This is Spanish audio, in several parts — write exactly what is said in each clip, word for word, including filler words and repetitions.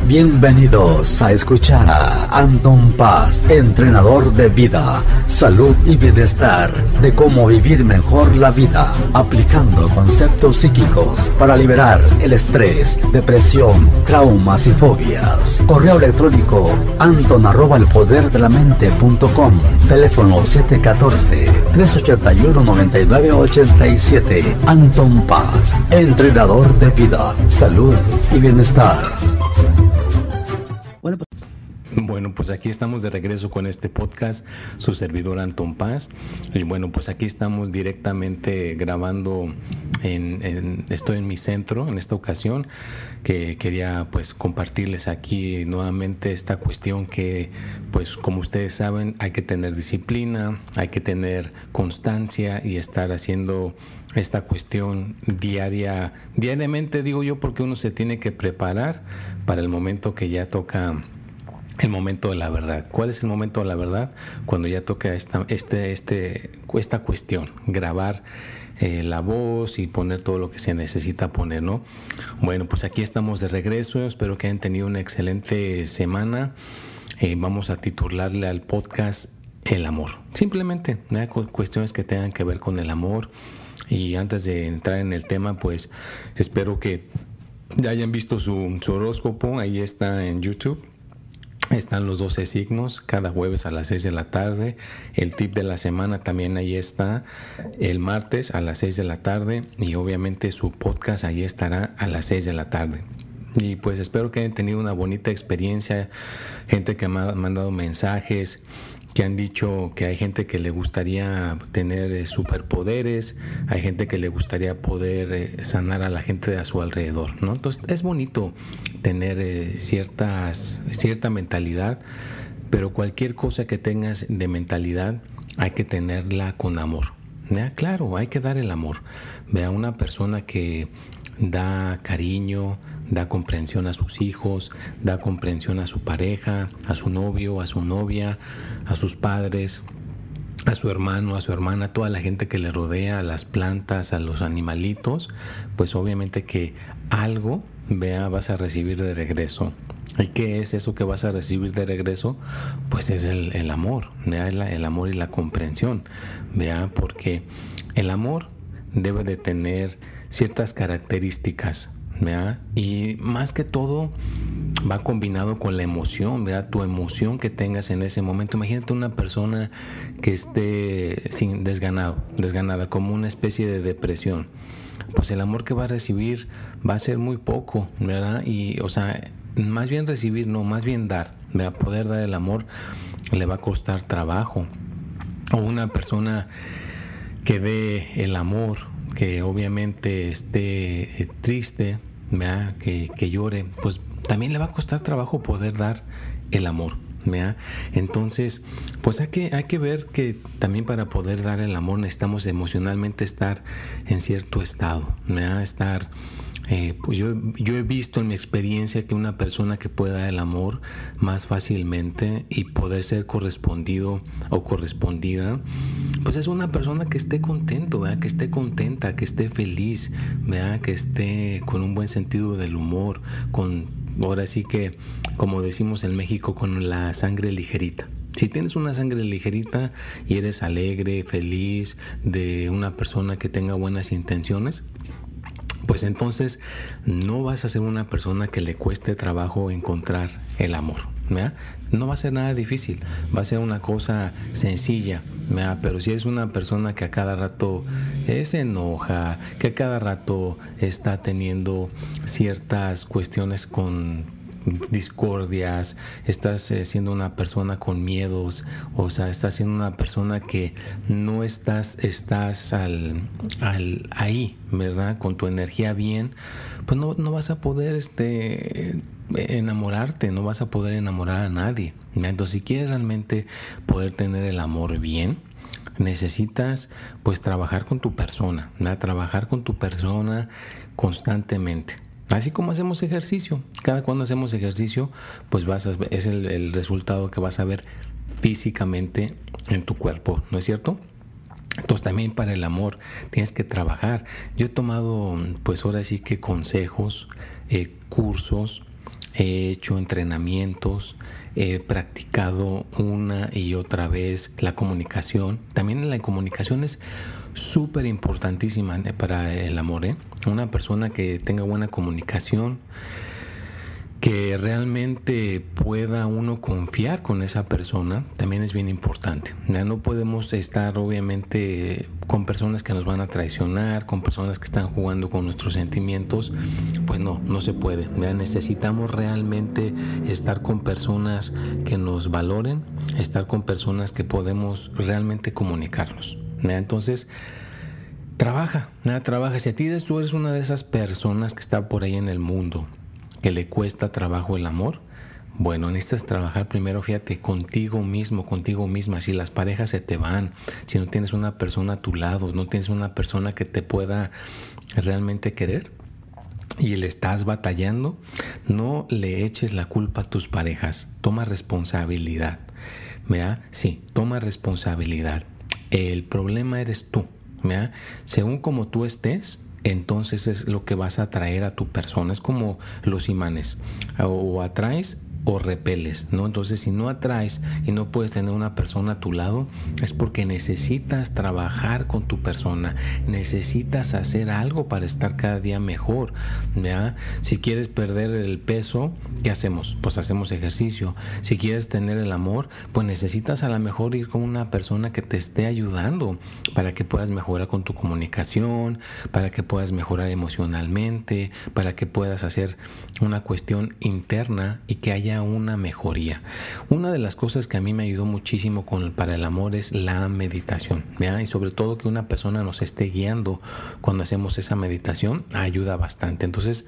Bienvenidos a escuchar a Anton Paz, entrenador de vida, salud y bienestar, de cómo vivir mejor la vida, aplicando conceptos psíquicos para liberar el estrés, depresión, traumas y fobias. Correo electrónico anton arroba el poder de la mente punto com, teléfono siete uno cuatro, tres ocho uno, nueve nueve ocho siete. Anton Paz, entrenador de vida, salud y bienestar. Bueno pues, bueno, pues aquí estamos de regreso con este podcast, su servidor Anton Paz. Y bueno, pues aquí estamos directamente grabando, en, en, estoy en mi centro en esta ocasión, que quería pues compartirles aquí nuevamente esta cuestión que, pues como ustedes saben, hay que tener disciplina, hay que tener constancia y estar haciendo esta cuestión diaria, diariamente digo yo, porque uno se tiene que preparar para el momento que ya toca el momento de la verdad. ¿Cuál es el momento de la verdad? Cuando ya toca esta, este, este, esta cuestión, grabar eh, la voz y poner todo lo que se necesita poner, ¿no? Bueno, pues aquí estamos de regreso. Espero que hayan tenido una excelente semana. Eh, vamos a titularle al podcast El Amor. Simplemente, ¿no? Cuestiones que tengan que ver con el amor. Y antes de entrar en el tema, pues espero que ya hayan visto su, su horóscopo. Ahí está en YouTube. Están los doce signos, cada jueves a las seis de la tarde. El tip de la semana también ahí está, el martes a las seis de la tarde. Y obviamente su podcast ahí estará a las seis de la tarde. Y pues espero que hayan tenido una bonita experiencia. Gente que me ha mandado mensajes, que han dicho que hay gente que le gustaría tener eh, superpoderes, hay gente que le gustaría poder eh, sanar a la gente de a su alrededor, ¿no? Entonces es bonito tener eh, ciertas, cierta mentalidad, pero cualquier cosa que tengas de mentalidad hay que tenerla con amor, ¿ya? Claro, hay que dar el amor. Vea, una persona que da cariño, da comprensión a sus hijos, da comprensión a su pareja, a su novio, a su novia, a sus padres, a su hermano, a su hermana, a toda la gente que le rodea, a las plantas, a los animalitos, pues obviamente que algo, vea, vas a recibir de regreso. ¿Y qué es eso que vas a recibir de regreso? Pues es el, el amor, ¿vea? El, el amor y la comprensión, ¿vea? Porque el amor debe de tener ciertas características, ¿verdad? Y más que todo va combinado con la emoción, ¿verdad? Tu emoción que tengas en ese momento. Imagínate una persona que esté sin desganado, desganada, como una especie de depresión. Pues el amor que va a recibir va a ser muy poco, ¿verdad? Y, o sea, más bien recibir, no, más bien dar, ¿verdad? Poder dar el amor le va a costar trabajo. O una persona que dé el amor, que obviamente esté eh, triste, ¿verdad? Que, que llore, pues también le va a costar trabajo poder dar el amor, ¿verdad? Entonces, pues hay que, hay que ver que también para poder dar el amor necesitamos emocionalmente estar en cierto estado, ¿verdad? Estar, eh, pues yo, yo he visto en mi experiencia que una persona que pueda dar el amor más fácilmente y poder ser correspondido o correspondida, pues es una persona que esté contento, ¿verdad? Que esté contenta, que esté feliz, ¿verdad? Que esté con un buen sentido del humor, con, ahora sí que, como decimos en México, con la sangre ligerita. Si tienes una sangre ligerita y eres alegre, feliz, de una persona que tenga buenas intenciones, pues entonces no vas a ser una persona que le cueste trabajo encontrar el amor, ¿verdad? No va a ser nada difícil, va a ser una cosa sencilla, ¿verdad? Pero si es una persona que a cada rato eh, se enoja, que a cada rato está teniendo ciertas cuestiones con discordias, estás eh, siendo una persona con miedos, o sea, estás siendo una persona que no estás, estás al, al ahí, ¿verdad? Con tu energía bien, pues no, no vas a poder este enamorarte, no vas a poder enamorar a nadie. Entonces, si quieres realmente poder tener el amor bien, necesitas pues trabajar con tu persona, ¿verdad? Trabajar con tu persona constantemente. Así como hacemos ejercicio, cada cuando hacemos ejercicio, pues vas a, es el, el resultado que vas a ver físicamente en tu cuerpo, ¿no es cierto? Entonces también para el amor tienes que trabajar. Yo he tomado, pues ahora sí que consejos, eh, cursos, he hecho entrenamientos, he practicado una y otra vez la comunicación. También la comunicación es súper importantísima para el amor, ¿eh? Una persona que tenga buena comunicación, que realmente pueda uno confiar con esa persona, también es bien importante. Ya no podemos estar obviamente con personas que nos van a traicionar, con personas que están jugando con nuestros sentimientos. Pues no, no se puede. Ya necesitamos realmente estar con personas que nos valoren, estar con personas que podemos realmente comunicarnos. ¿Ya? Entonces, trabaja, nada, trabaja. Si a ti eres, tú eres una de esas personas que está por ahí en el mundo, que le cuesta trabajo el amor, bueno, necesitas trabajar primero, fíjate, contigo mismo, contigo misma. Si las parejas se te van, si no tienes una persona a tu lado, no tienes una persona que te pueda realmente querer y le estás batallando, no le eches la culpa a tus parejas. Toma responsabilidad, ¿verdad? Sí, toma responsabilidad. El problema eres tú, ¿verdad? Según como tú estés, entonces es lo que vas a atraer a tu persona. Es como los imanes, o atraes o repeles, ¿no? Entonces, si no atraes y no puedes tener una persona a tu lado, es porque necesitas trabajar con tu persona, necesitas hacer algo para estar cada día mejor, ¿ya? Si quieres perder el peso, ¿qué hacemos? Pues hacemos ejercicio. Si quieres tener el amor, pues necesitas a lo mejor ir con una persona que te esté ayudando para que puedas mejorar con tu comunicación, para que puedas mejorar emocionalmente, para que puedas hacer una cuestión interna y que haya una mejoría. Una de las cosas que a mí me ayudó muchísimo con, para el amor es la meditación, ¿verdad? Y sobre todo que una persona nos esté guiando cuando hacemos esa meditación ayuda bastante. Entonces,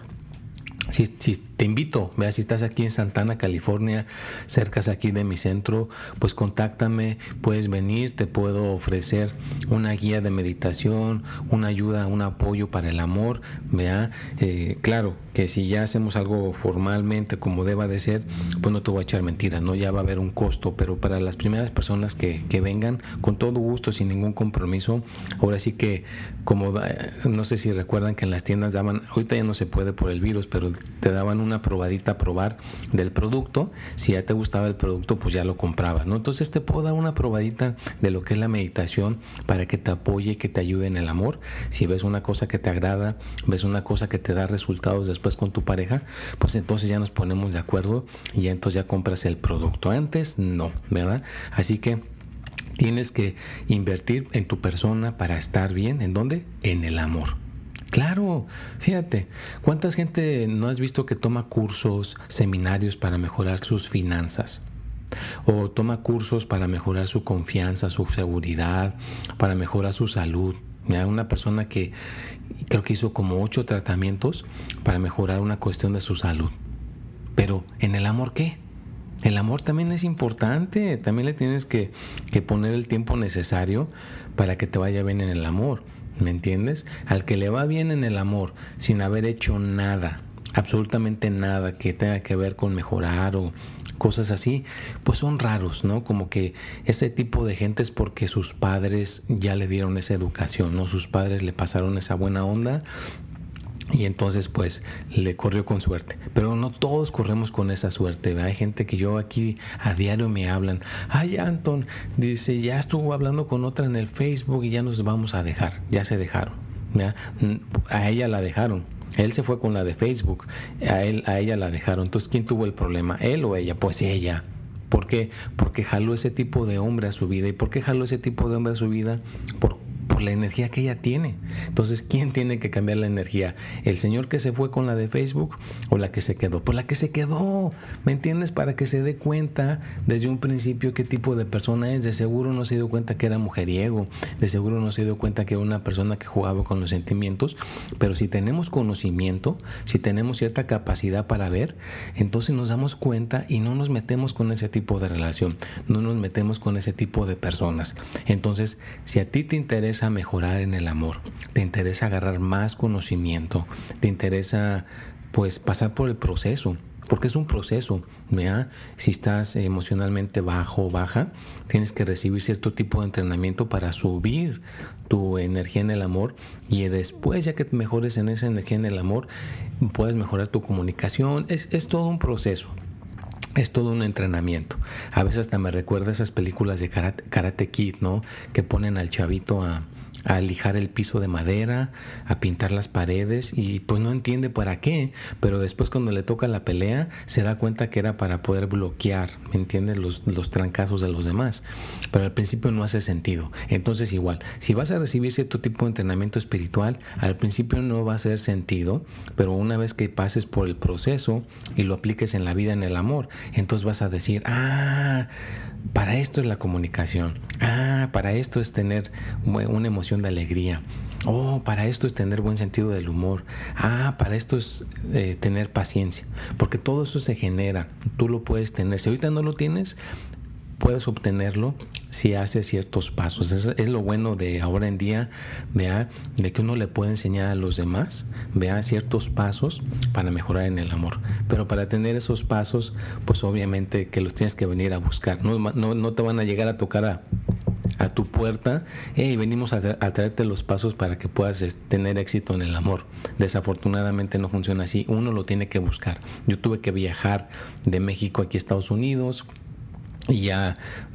Si, si te invito, vea, si estás aquí en Santana, California, cerca aquí de mi centro, pues contáctame, puedes venir, te puedo ofrecer una guía de meditación, una ayuda, un apoyo para el amor, vea, eh, claro que si ya hacemos algo formalmente como deba de ser, pues no te voy a echar mentiras, no, ya va a haber un costo, pero para las primeras personas que, que vengan, con todo gusto, sin ningún compromiso. Ahora sí que, como no sé si recuerdan que en las tiendas daban, ahorita ya no se puede por el virus, pero te daban una probadita a probar del producto. Si ya te gustaba el producto, pues ya lo comprabas, ¿no? Entonces te puedo dar una probadita de lo que es la meditación para que te apoye, que te ayude en el amor. Si ves una cosa que te agrada, ves una cosa que te da resultados después con tu pareja, pues entonces ya nos ponemos de acuerdo y ya entonces ya compras el producto. Antes no, ¿verdad? Así que tienes que invertir en tu persona para estar bien. ¿En dónde? En el amor. Claro, fíjate, ¿cuánta gente no has visto que toma cursos, seminarios para mejorar sus finanzas? O toma cursos para mejorar su confianza, su seguridad, para mejorar su salud. Mira, una persona que creo que hizo como ocho tratamientos para mejorar una cuestión de su salud. Pero ¿en el amor qué? El amor también es importante, también le tienes que, que poner el tiempo necesario para que te vaya bien en el amor. ¿Me entiendes? Al que le va bien en el amor sin haber hecho nada, absolutamente nada que tenga que ver con mejorar o cosas así, pues son raros, ¿no? Como que ese tipo de gente es porque sus padres ya le dieron esa educación, ¿no? Sus padres le pasaron esa buena onda y entonces pues le corrió con suerte. Pero no todos corremos con esa suerte, ¿verdad? Hay gente que yo aquí a diario me hablan, ay Anton, dice, ya estuvo hablando con otra en el Facebook y ya nos vamos a dejar, ya se dejaron, ¿verdad? A ella la dejaron, él se fue con la de Facebook, a, él, a ella la dejaron. Entonces, ¿quién tuvo el problema? ¿Él o ella? Pues ella. ¿Por qué? Porque jaló ese tipo de hombre a su vida. ¿Y por qué jaló ese tipo de hombre a su vida? Por por la energía que ella tiene. Entonces, ¿quién tiene que cambiar la energía? ¿El señor que se fue con la de Facebook o la que se quedó? Pues la que se quedó, ¿me entiendes? Para que se dé cuenta desde un principio qué tipo de persona es. De seguro no se dio cuenta que era mujeriego, de seguro no se dio cuenta que era una persona que jugaba con los sentimientos, pero si tenemos conocimiento, si tenemos cierta capacidad para ver, entonces nos damos cuenta y no nos metemos con ese tipo de relación, no nos metemos con ese tipo de personas. Entonces, si a ti te interesa mejorar en el amor, te interesa agarrar más conocimiento, te interesa pues pasar por el proceso, porque es un proceso, ¿verdad? Si estás emocionalmente bajo o baja, tienes que recibir cierto tipo de entrenamiento para subir tu energía en el amor, y después, ya que te mejores en esa energía en el amor, puedes mejorar tu comunicación. Es, es todo un proceso. Es todo un entrenamiento. A veces hasta me recuerda esas películas de Karate, Karate Kid, ¿no? Que ponen al chavito a, a lijar el piso de madera, a pintar las paredes, y pues no entiende para qué, pero después cuando le toca la pelea se da cuenta que era para poder bloquear, ¿me entiendes? Los, los trancazos de los demás, pero al principio no hace sentido. Entonces igual, si vas a recibir cierto tipo de entrenamiento espiritual, al principio no va a hacer sentido, pero una vez que pases por el proceso y lo apliques en la vida, en el amor, entonces vas a decir, ah, para esto es la comunicación, ah, para esto es tener una emoción de alegría, oh, para esto es tener buen sentido del humor, ah, para esto es eh, tener paciencia, porque todo eso se genera, tú lo puedes tener. Si ahorita no lo tienes, puedes obtenerlo si haces ciertos pasos. Es, es lo bueno de ahora en día, vea, de que uno le puede enseñar a los demás, vea, ciertos pasos para mejorar en el amor. Pero para tener esos pasos, pues obviamente que los tienes que venir a buscar. No, no, no te van a llegar a tocar a, a tu puerta, hey, venimos a, tra- a traerte los pasos para que puedas es, tener éxito en el amor. Desafortunadamente no funciona así. Uno lo tiene que buscar. Yo tuve que viajar de México aquí a Estados Unidos. Y ya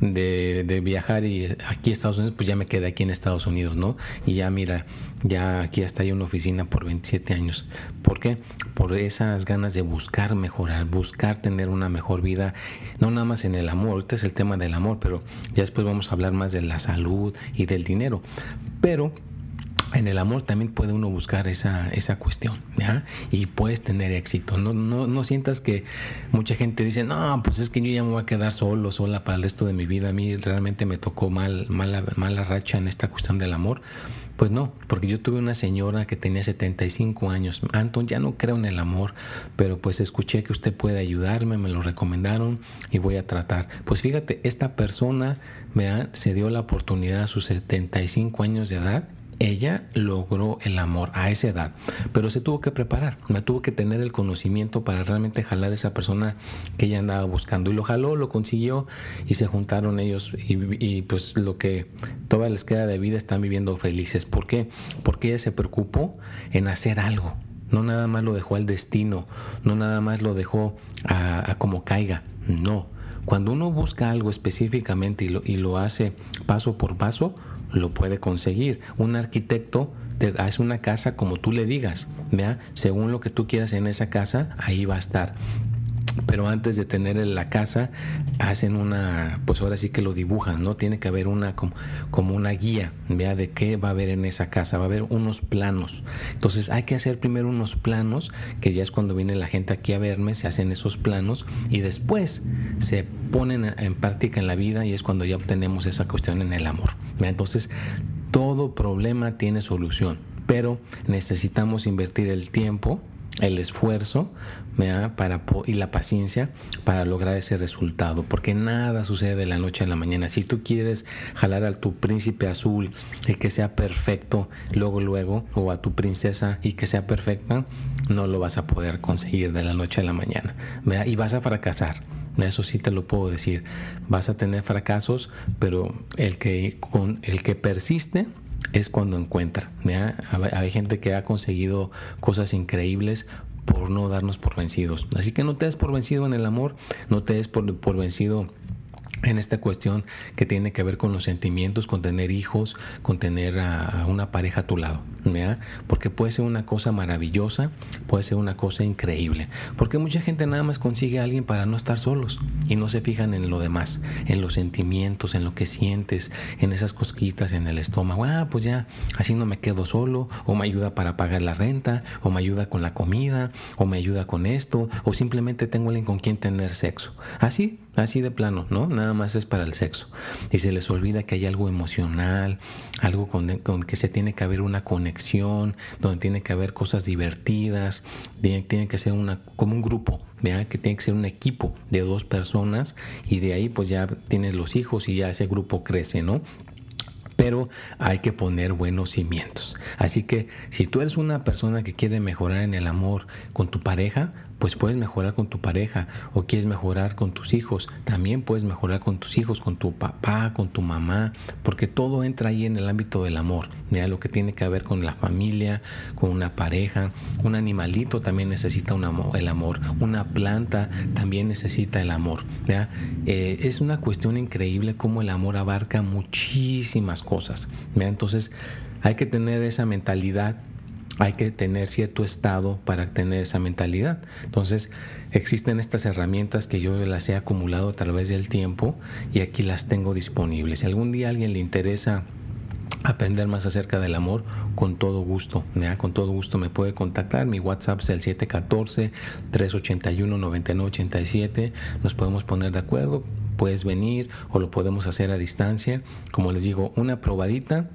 de, de viajar y aquí a Estados Unidos, pues ya me quedé aquí en Estados Unidos, ¿no? Y ya mira, ya aquí hasta hay una oficina por veintisiete años. ¿Por qué? Por esas ganas de buscar mejorar, buscar tener una mejor vida, no nada más en el amor. Ahorita es el tema del amor, pero ya después vamos a hablar más de la salud y del dinero. Pero en el amor también puede uno buscar esa, esa cuestión, ¿ya? Y puedes tener éxito. No, no, no sientas que mucha gente dice, no, pues es que yo ya me voy a quedar solo, sola para el resto de mi vida. A mí realmente me tocó mal, mala, mala racha en esta cuestión del amor. Pues no, porque yo tuve una señora que tenía setenta y cinco años. Anton, ya no creo en el amor, pero pues escuché que usted puede ayudarme, me lo recomendaron y voy a tratar. Pues fíjate, esta persona me se dio la oportunidad a sus setenta y cinco años de edad. Ella logró el amor a esa edad, pero se tuvo que preparar, me tuvo que tener el conocimiento para realmente jalar a esa persona que ella andaba buscando, y lo jaló, lo consiguió, y se juntaron ellos, y, y pues lo que toda les queda de vida están viviendo felices. ¿Por qué? Porque ella se preocupó en hacer algo, no nada más lo dejó al destino, no nada más lo dejó a, a como caiga, no. Cuando uno busca algo específicamente y lo, y lo hace paso por paso, lo puede conseguir. Un arquitecto te hace una casa como tú le digas, ¿vea? Según lo que tú quieras en esa casa, ahí va a estar. Pero antes de tener la casa, hacen una, pues ahora sí que lo dibujan, ¿no? Tiene que haber una como, como una guía, ¿vea? De qué va a haber en esa casa, va a haber unos planos. Entonces hay que hacer primero unos planos, que ya es cuando viene la gente aquí a verme, se hacen esos planos y después se ponen en práctica en la vida, y es cuando ya obtenemos esa cuestión en el amor, ¿vea? Entonces todo problema tiene solución, pero necesitamos invertir el tiempo, el esfuerzo, ¿verdad? Para, y la paciencia para lograr ese resultado, porque nada sucede de la noche a la mañana. Si tú quieres jalar a tu príncipe azul y que sea perfecto luego luego, o a tu princesa y que sea perfecta, no lo vas a poder conseguir de la noche a la mañana, ¿verdad? Y vas a fracasar. Eso sí te lo puedo decir, vas a tener fracasos, pero el que, con, el que persiste es cuando encuentra, ¿ya? Hay gente que ha conseguido cosas increíbles por no darnos por vencidos. Así que no te des por vencido en el amor, no te des por, por vencido en esta cuestión que tiene que ver con los sentimientos, con tener hijos, con tener a, a una pareja a tu lado, ¿ya? Porque puede ser una cosa maravillosa, puede ser una cosa increíble, porque mucha gente nada más consigue a alguien para no estar solos y no se fijan en lo demás, en los sentimientos, en lo que sientes, en esas cosquitas en el estómago. Ah, pues ya, así no me quedo solo, o me ayuda para pagar la renta, o me ayuda con la comida, o me ayuda con esto, o simplemente tengo alguien con quien tener sexo. Así, así de plano, ¿no? Nada más es para el sexo. Y se les olvida que hay algo emocional, algo con, con que se tiene que haber una conexión, donde tiene que haber cosas divertidas, tiene, tiene que ser una, como un grupo, ¿verdad? Que tiene que ser un equipo de dos personas, y de ahí pues ya tienes los hijos y ya ese grupo crece, ¿no? pero hay que poner buenos cimientos. Así que si tú eres una persona que quiere mejorar en el amor con tu pareja, pues puedes mejorar con tu pareja, o quieres mejorar con tus hijos, también puedes mejorar con tus hijos, con tu papá, con tu mamá, porque todo entra ahí en el ámbito del amor. Mira, lo que tiene que ver con la familia, con una pareja, un animalito también necesita un amor, el amor, una planta también necesita el amor. Mira, eh, es una cuestión increíble cómo el amor abarca muchísimas cosas. Mira, entonces hay que tener esa mentalidad. Hay que tener cierto estado para tener esa mentalidad. Entonces, existen estas herramientas que yo las he acumulado a través del tiempo y aquí las tengo disponibles. Si algún día a alguien le interesa aprender más acerca del amor, con todo gusto, ¿ya? Con todo gusto me puede contactar. Mi WhatsApp es el siete uno cuatro, tres ocho uno, nueve nueve ocho siete. Nos podemos poner de acuerdo. Puedes venir o lo podemos hacer a distancia. Como les digo, una probadita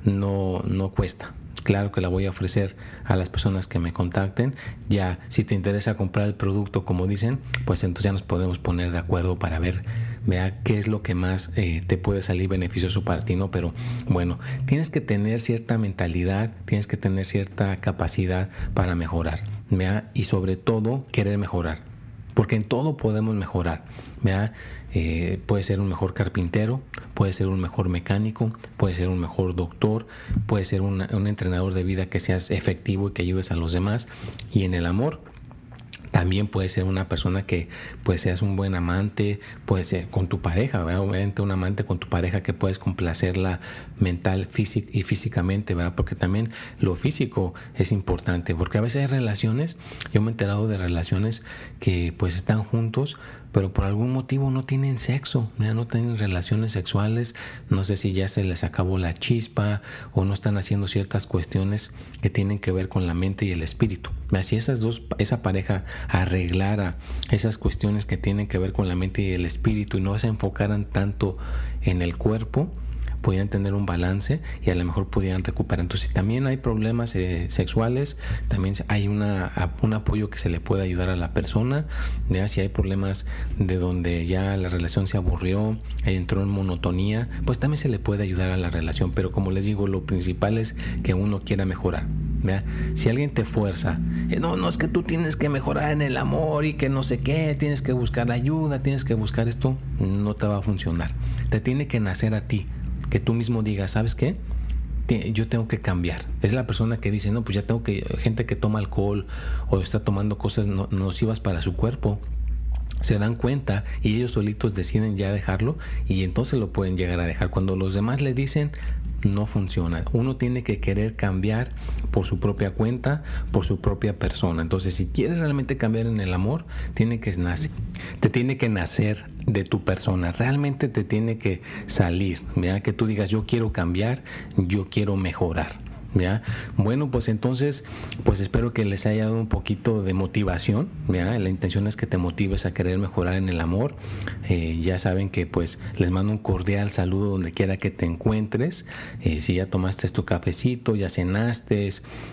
no, no cuesta. Claro que la voy a ofrecer a las personas que me contacten. Ya, si te interesa comprar el producto, como dicen, pues entonces ya nos podemos poner de acuerdo para ver, vea qué es lo que más eh, te puede salir beneficioso para ti, ¿no? Pero bueno, tienes que tener cierta mentalidad, tienes que tener cierta capacidad para mejorar, vea, y sobre todo querer mejorar, porque en todo podemos mejorar, vea. Eh, puede ser un mejor carpintero, puede ser un mejor mecánico, puede ser un mejor doctor, puede ser una, un entrenador de vida que seas efectivo y que ayudes a los demás. Y en el amor también puede ser una persona que pues seas un buen amante, puede ser con tu pareja, ¿verdad? Obviamente un amante con tu pareja que puedes complacerla mental físic y físicamente, ¿verdad? Porque también lo físico es importante, porque a veces hay relaciones, yo me he enterado de relaciones que pues están juntos, pero por algún motivo no tienen sexo, ¿ya? No tienen relaciones sexuales, no sé si ya se les acabó la chispa o no están haciendo ciertas cuestiones que tienen que ver con la mente y el espíritu. Si esas dos, esa pareja arreglara esas cuestiones que tienen que ver con la mente y el espíritu y no se enfocaran tanto en el cuerpo, podían tener un balance y a lo mejor podían recuperar. Entonces, si también hay problemas eh, sexuales, también hay una, un apoyo que se le puede ayudar a la persona, ¿ya? Si hay problemas de donde ya la relación se aburrió, entró en monotonía, pues también se le puede ayudar a la relación. Pero como les digo, lo principal es que uno quiera mejorar, ¿ya? Si alguien te fuerza, eh, no, no es que tú tienes que mejorar en el amor y que no sé qué, tienes que buscar ayuda, tienes que buscar esto, no te va a funcionar. Te tiene que nacer a ti, que tú mismo digas, ¿sabes qué? Yo tengo que cambiar. Es la persona que dice, no, pues ya tengo que, gente que toma alcohol o está tomando cosas no, nocivas para su cuerpo, se dan cuenta y ellos solitos deciden ya dejarlo y entonces lo pueden llegar a dejar. Cuando los demás le dicen, no funciona. Uno tiene que querer cambiar por su propia cuenta, por su propia persona. Entonces, si quieres realmente cambiar en el amor, tiene que nacer, te tiene que nacer de tu persona. Realmente te tiene que salir, ¿ya? Que tú digas, yo quiero cambiar, yo quiero mejorar. ¿Ya? Bueno, pues entonces, pues espero que les haya dado un poquito de motivación, ¿ya? La intención es que te motives a querer mejorar en el amor. Eh, ya saben que pues les mando un cordial saludo donde quiera que te encuentres. Eh, si ya tomaste tu cafecito, ya cenaste,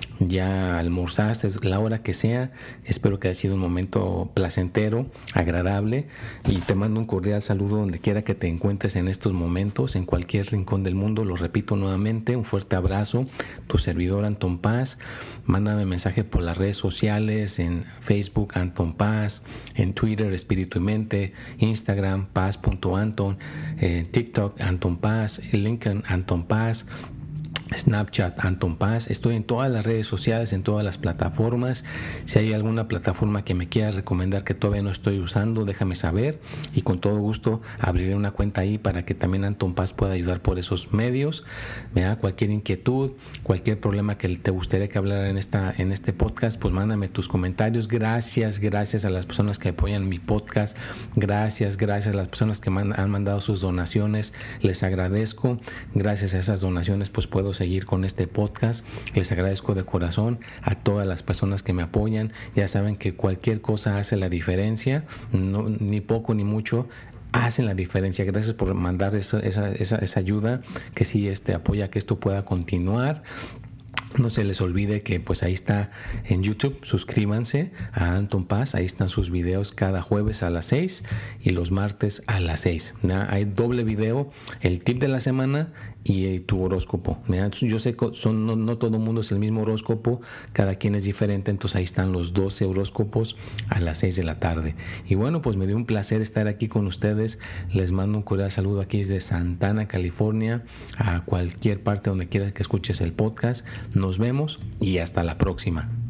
ya almorzaste, la hora que sea, espero que haya sido un momento placentero, agradable, y te mando un cordial saludo donde quiera que te encuentres en estos momentos, en cualquier rincón del mundo. Lo repito nuevamente, un fuerte abrazo. Tu servidor Antón Paz. Mándame mensaje por las redes sociales, en Facebook Antón Paz, en Twitter Espíritu y Mente, Instagram Paz punto Anton, eh, TikTok Antón Paz, LinkedIn Antón Paz, Snapchat Antón Paz. Estoy en todas las redes sociales, en todas las plataformas. Si hay alguna plataforma que me quieras recomendar que todavía no estoy usando, déjame saber y con todo gusto abriré una cuenta ahí para que también Antón Paz pueda ayudar por esos medios. ¿Verdad? Cualquier inquietud, cualquier problema que te gustaría que hablara en esta en este podcast, pues mándame tus comentarios. Gracias, gracias a las personas que apoyan mi podcast. Gracias, gracias a las personas que man, han mandado sus donaciones. Les agradezco. Gracias a esas donaciones pues puedo seguir con este podcast. Les agradezco de corazón a todas las personas que me apoyan. Ya saben que cualquier cosa hace la diferencia, no, ni poco ni mucho, hacen la diferencia. Gracias por mandar esa, esa, esa, esa ayuda que sí este, apoya que esto pueda continuar. No se les olvide que pues ahí está en YouTube, suscríbanse a Anton Paz, ahí están sus videos cada jueves a las seis y los martes a las seis. ¿Ya? Hay doble video, el tip de la semana y tu horóscopo. ¿Ya? Yo sé que son, no, no todo el mundo es el mismo horóscopo, cada quien es diferente, entonces ahí están los doce horóscopos a las seis de la tarde. Y bueno, pues me dio un placer estar aquí con ustedes, les mando un cordial saludo aquí desde Santana, California, a cualquier parte donde quiera que escuches el podcast. Nos vemos y hasta la próxima.